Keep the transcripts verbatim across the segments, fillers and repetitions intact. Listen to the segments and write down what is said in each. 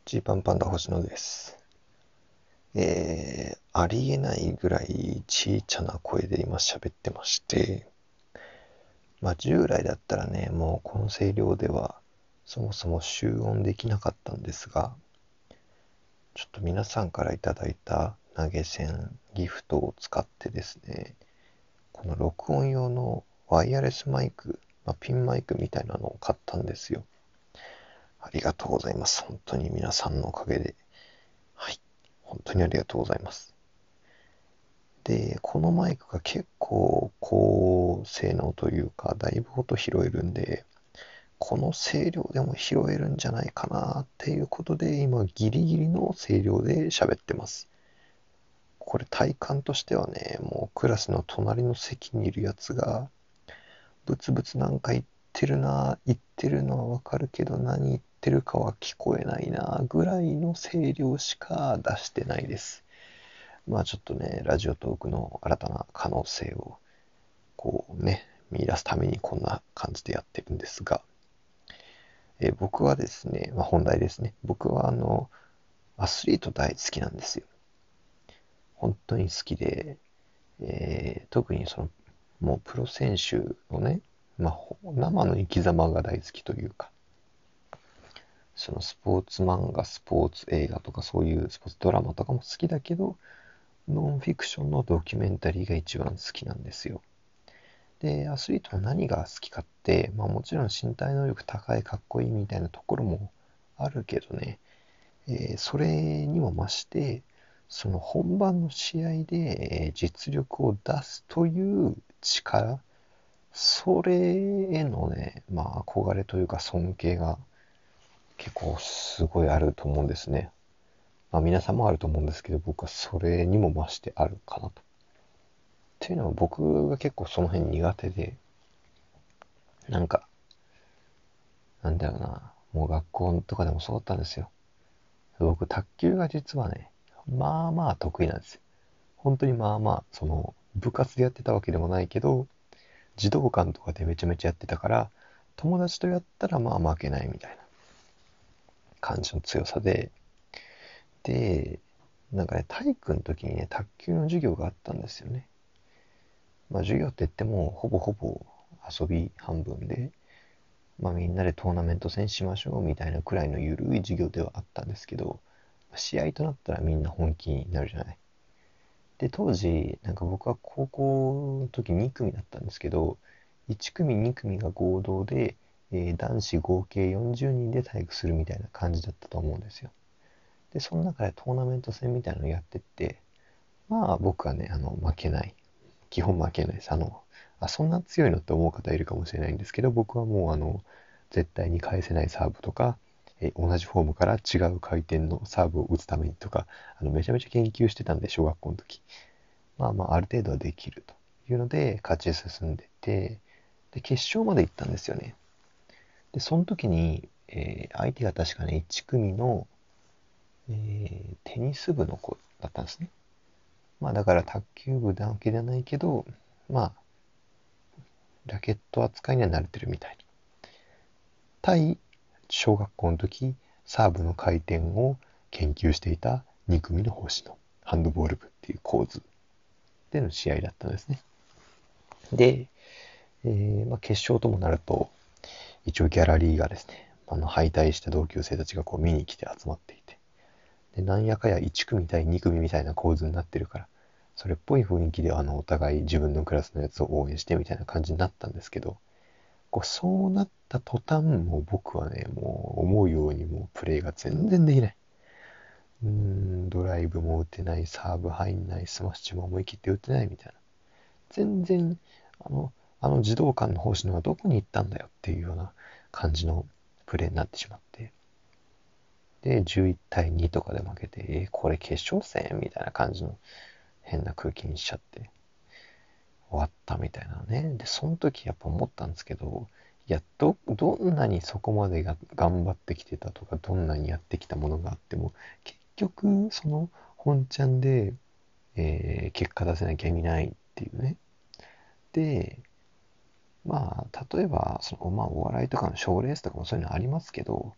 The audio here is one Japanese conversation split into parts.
ジーパンパンダ星野です。えー、ありえないぐらい小さな声で今喋ってまして、まあ従来だったらね、もうこの声量ではそもそも集音できなかったんですが、ちょっと皆さんからいただいた投げ銭、ギフトを使ってですね、この録音用のワイヤレスマイク、まあ、ピンマイクみたいなのを買ったんですよ。ありがとうございます。本当に皆さんのおかげで。はい。本当にありがとうございます。で、このマイクが結構高性能というか、だいぶ音拾えるんで、この声量でも拾えるんじゃないかなっていうことで、今ギリギリの声量で喋ってます。これ体感としてはね、もうクラスの隣の席にいるやつが、ブツブツなんか言ってるな、言ってるのはわかるけど何言ってるかは聞こえないな、ぐらいの声量しか出してないです。まあちょっとね、ラジオトークの新たな可能性をこうね、見出すためにこんな感じでやってるんですが、えー僕はですね、まあ、本題ですね。僕はあの、アスリート大好きなんですよ。本当に好きで、えー特にその、もうプロ選手のね、まあ、生の生き様が大好きというか、そのスポーツ漫画、スポーツ映画とかそういうスポーツドラマとかも好きだけど、ノンフィクションのドキュメンタリーが一番好きなんですよ。で、アスリートの何が好きかって、まあもちろん身体能力高い、かっこいいみたいなところもあるけどね、えーそれにも増して、その本番の試合でえー実力を出すという力、それへのね、まあ憧れというか尊敬が結構すごいあると思うんですね。まあ皆さんもあると思うんですけど、僕はそれにも増してあるかなと。っていうのは僕が結構その辺苦手で、なんかなんだろうな、もう学校とかでもそうだったんですよ。僕、卓球が実はね、まあまあ得意なんですよ。本当にまあまあ、その、部活でやってたわけでもないけど、児童館とかでめちゃめちゃやってたから、友達とやったらまあ負けないみたいな感じの強さで、で、なんかね、体育の時にね、卓球の授業があったんですよね。まあ授業って言っても、ほぼほぼ遊び半分で、まあみんなでトーナメント戦しましょうみたいなくらいの緩い授業ではあったんですけど、試合となったらみんな本気になるじゃない。で、当時、なんか僕は高校の時に組だったんですけど、いち組に組が合同で、えー男子合計よんじゅうにんで体育するみたいな感じだったと思うんですよ。で、その中でトーナメント戦みたいなのをやってって、まあ僕はね、あの、負けない。基本負けないです。あの、あ、そんな強いのって思う方いるかもしれないんですけど、僕はもうあの、絶対に返せないサーブとか、え同じフォームから違う回転のサーブを打つためにとか、あのめちゃめちゃ研究してたんで、小学校の時。まあまあ、ある程度はできるというので、勝ち進んでて、で、決勝まで行ったんですよね。で、その時に、えー相手が確かね、いち組の、えーテニス部の子だったんですね。まあだから卓球部だけじゃないけど、まあ、ラケット扱いには慣れてるみたいに。対、小学校の時、サーブの回転を研究していたに組の星のハンドボール部っていう構図での試合だったんですね。で、えーまあ、決勝ともなると、一応ギャラリーがですね、あの敗退した同級生たちがこう見に来て集まっていて、で、なんやかやいち組対に組みたいな構図になってるから、それっぽい雰囲気であのお互い自分のクラスのやつを応援してみたいな感じになったんですけど、こうそうなった途端、もう僕はね、もう思うようにもうプレーが全然できない。うーん、ドライブも打てない、サーブ入んない、スマッシュも思い切って打てないみたいな。全然、あの、あの児童館の方針はどこに行ったんだよっていうような感じのプレーになってしまって。で、じゅういち対にとかで負けて、えーこれ決勝戦みたいな感じの変な空気にしちゃって、終わったみたいなね。で、その時やっぱ思ったんですけど、いや、ど、どんなにそこまでが頑張ってきてたとか、どんなにやってきたものがあっても、結局、その本ちゃんで、えー結果出せなきゃ意味ないっていうね。で、まあ、例えば、その、まあ、お笑いとかの賞レースとかもそういうのありますけど、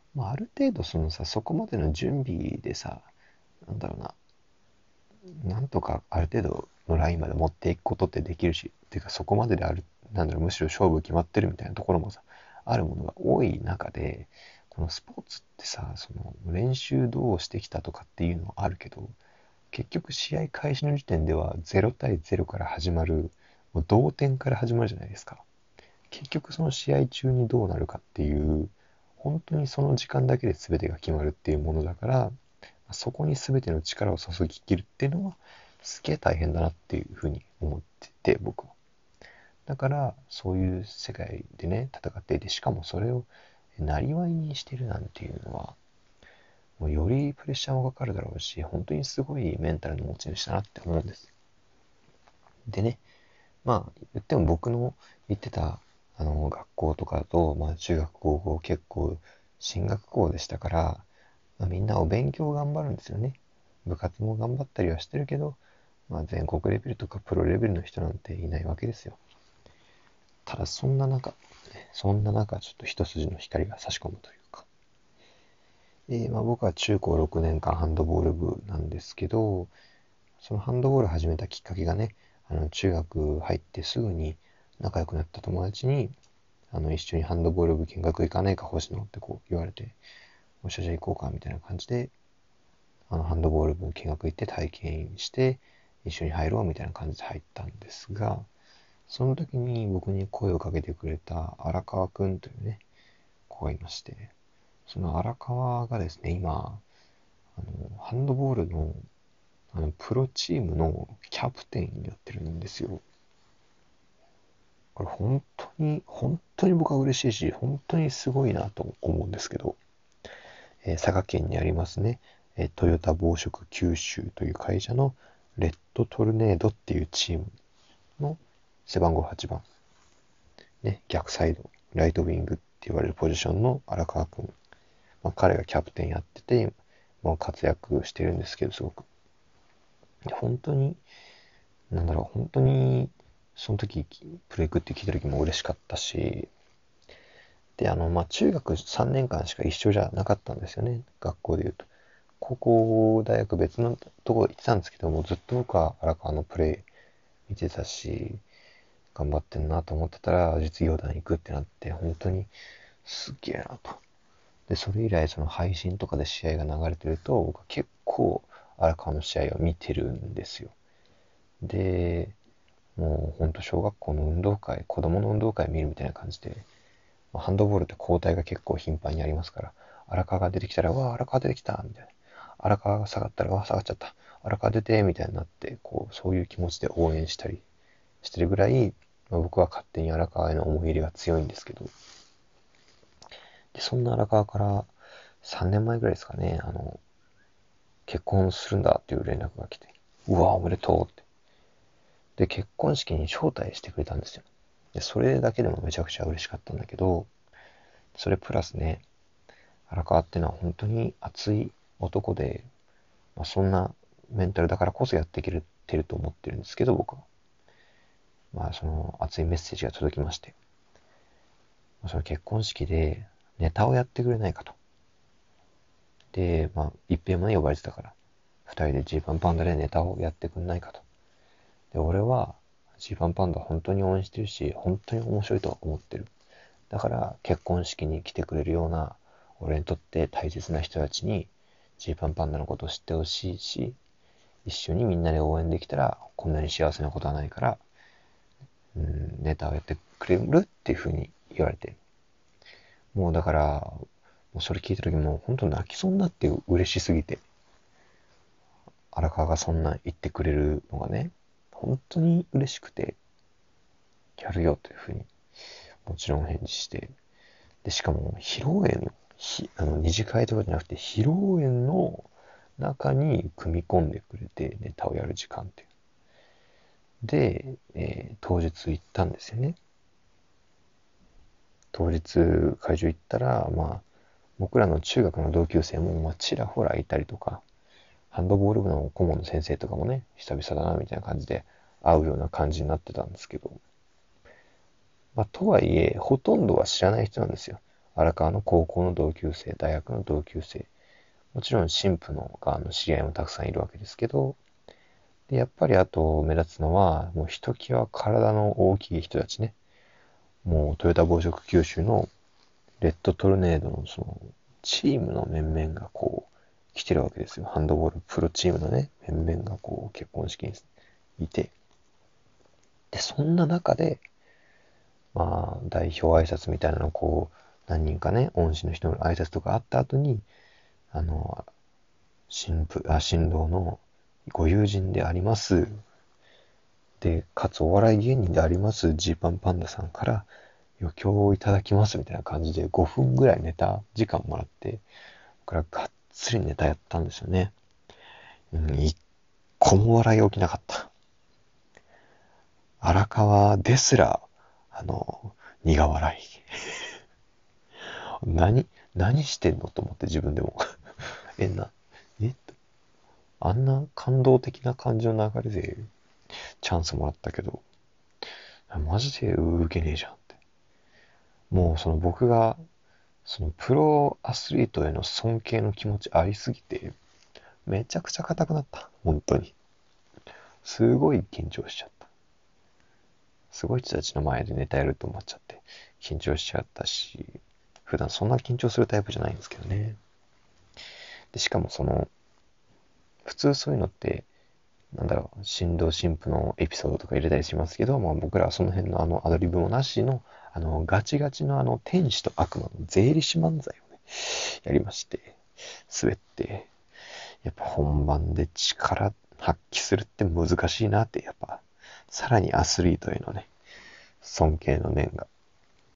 まあ、ある程度そのさ、そこまでの準備でさ、なんだろうな、なんとかある程度のラインまで持っていくことってできるし、ていうかそこまでである、なんだろう、むしろ勝負決まってるみたいなところもさ、あるものが多い中で、このスポーツってさ、その練習どうしてきたとかっていうのはあるけど、結局試合開始の時点ではゼロ対ゼロから始まる、もう同点から始まるじゃないですか。結局その試合中にどうなるかっていう、本当にその時間だけで全てが決まるっていうものだから、そこに全ての力を注ぎ切るっていうのは、すげえ大変だなっていうふうに思ってて、僕は。だから、そういう世界でね、戦っていて、しかもそれをなりわいにしてるなんていうのは、もうよりプレッシャーもかかるだろうし、本当にすごいメンタルの持ち主だなって思うんです。でね、まあ、言っても僕の行ってた、あの、学校とかだと、まあ、中学、高校結構進学校でしたから、まあ、みんなお勉強頑張るんですよね。部活も頑張ったりはしてるけど、まあ、全国レベルとかプロレベルの人なんていないわけですよ。ただそんな中、そんな中、ちょっと一筋の光が差し込むというか。えーまあ、僕は中高ろくねんかんハンドボール部なんですけど、そのハンドボール始めたきっかけがね、あの中学入ってすぐに仲良くなった友達に、あの一緒にハンドボール部見学行かないか星野ってこう言われて、おしゃじゃあ行こうかみたいな感じで、あのハンドボール部見学行って体験して、一緒に入ろうみたいな感じで入ったんですが、その時に僕に声をかけてくれた荒川くんというね、子がいまして、その荒川がですね、今、あのハンドボールのあのプロチームのキャプテンやってるんですよ。これ本当に、本当に僕は嬉しいし、本当にすごいなと思うんですけど、えー佐賀県にありますね、えートヨタ紡織九州という会社のレッドトルネードっていうチームの背番号はちばん、ね、逆サイド、ライトウィングって言われるポジションの荒川くん。まあ、彼がキャプテンやってて、もう活躍してるんですけど、すごく。本当に、なんだろう、本当に、その時、プロ行くって聞いた時も嬉しかったし、で、あの、まあ、中学さんねんかんしか一緒じゃなかったんですよね、学校で言うと。高校、大学別のところ行ってたんですけども、ずっと僕は荒川のプレー見てたし、頑張ってんなと思ってたら、実業団行くってなって、本当にすっげえなと。で、それ以来、その配信とかで試合が流れてると、僕は結構荒川の試合を見てるんですよ。で、もうほんと小学校の運動会、子供の運動会見るみたいな感じで、まあハンドボールって交代が結構頻繁にありますから、荒川が出てきたら、うわあ、荒川出てきたみたいな。荒川が下がったら、うわあ、下がっちゃった。荒川出てみたいになって、こう、そういう気持ちで応援したりしてるぐらい、まあ、僕は勝手に荒川への思い入れが強いんですけど、で、そんな荒川からさんねんまえぐらいですかね、あの、結婚するんだっていう連絡が来て、うわ、おめでとうって。で、結婚式に招待してくれたんですよ。で、それだけでもめちゃくちゃ嬉しかったんだけど、それプラスね、荒川ってのは本当に熱い男で、まあ、そんなメンタルだからこそやっていけてると思ってるんですけど、僕は。まあ、その熱いメッセージが届きまして、その結婚式でネタをやってくれないかと。で、まあ、一平もね、呼ばれてたから、二人でジーパンパンダでネタをやってくんないかと。で、俺は、ジーパンパンダ本当に応援してるし、本当に面白いと思ってる。だから、結婚式に来てくれるような、俺にとって大切な人たちに、ジーパンパンダのことを知ってほしいし、一緒にみんなで応援できたら、こんなに幸せなことはないから、うん、ネタをやってくれるっていう風に言われて。もうだから、もうそれ聞いた時も本当泣きそうになって嬉しすぎて、荒川がそんな言ってくれるのがね、本当に嬉しくて、やるよというふうに、もちろん返事して、で、しかも、披露宴の、ひあの、二次会とかじゃなくて、披露宴の中に組み込んでくれて、ネタをやる時間っていう。で、えー当日行ったんですよね。当日会場行ったら、まあ、僕らの中学の同級生も、まあ、ちらほらいたりとか、ハンドボール部の顧問の先生とかもね、久々だな、みたいな感じで会うような感じになってたんですけど、まあ、とはいえ、ほとんどは知らない人なんですよ。 荒川の高校の同級生、大学の同級生、もちろん新婦の側の知り合いもたくさんいるわけですけど、でやっぱりあと目立つのは、もうひときわ体の大きい人たちね。もうトヨタ紡織九州のレッドトルネードのそのチームの面々がこう来てるわけですよ。ハンドボールプロチームのね、面々がこう結婚式にいて。で、そんな中で、まあ、代表挨拶みたいなのをこう、何人かね、恩師の人の挨拶とかあった後に、あの、新婦、あ、新郎のご友人であります、で、かつお笑い芸人であります、ジーパンパンダさんから余興をいただきますみたいな感じでごふんぐらいネタ時間もらって、僕らがっつりネタやったんですよね。うん、一個も笑い起きなかった。荒川ですら、あの、苦笑い。何、何してんのと思って自分でも。え、な、えあんな感動的な感情の流れでチャンスもらったけど、マジで受けねえじゃんって。もうその僕が、そのプロアスリートへの尊敬の気持ちありすぎて、めちゃくちゃ硬くなった。本当に。すごい緊張しちゃった。すごい人たちの前でネタやると思っちゃって、緊張しちゃったし、普段そんな緊張するタイプじゃないんですけどね。で、しかもその、普通そういうのって、なんだろう、新郎新婦のエピソードとか入れたりしますけど、まあ僕らはその辺のあのアドリブもなしの、あの、ガチガチのあの、天使と悪魔の税理士漫才をね、やりまして、滑って、やっぱ本番で力発揮するって難しいなって、やっぱ、さらにアスリートへのね、尊敬の念が